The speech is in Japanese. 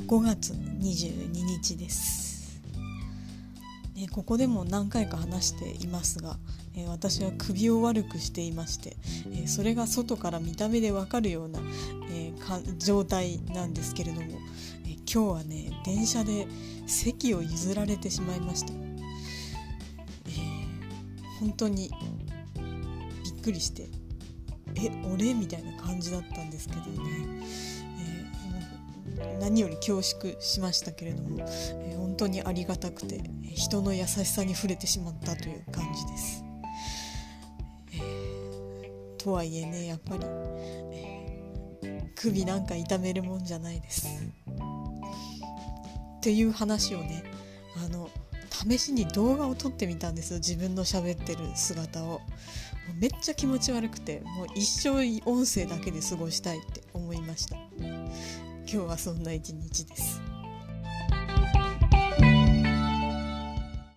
5月22日です。ここでも何回か話していますが、私は首を悪くしていまして、それが外から見た目でわかるような、状態なんですけれども、今日はね、電車で席を譲られてしまいました。本当にびっくりして、俺みたいな感じだったんですけどね、何より恐縮しましたけれども、本当にありがたくて、人の優しさに触れてしまったという感じです。とはいえね、やっぱり、首なんか痛めるもんじゃないですっていう話をね、試しに動画を撮ってみたんですよ。自分の喋ってる姿を。めっちゃ気持ち悪くて、もう一生音声だけで過ごしたいって思いました。今日はそんな一日です。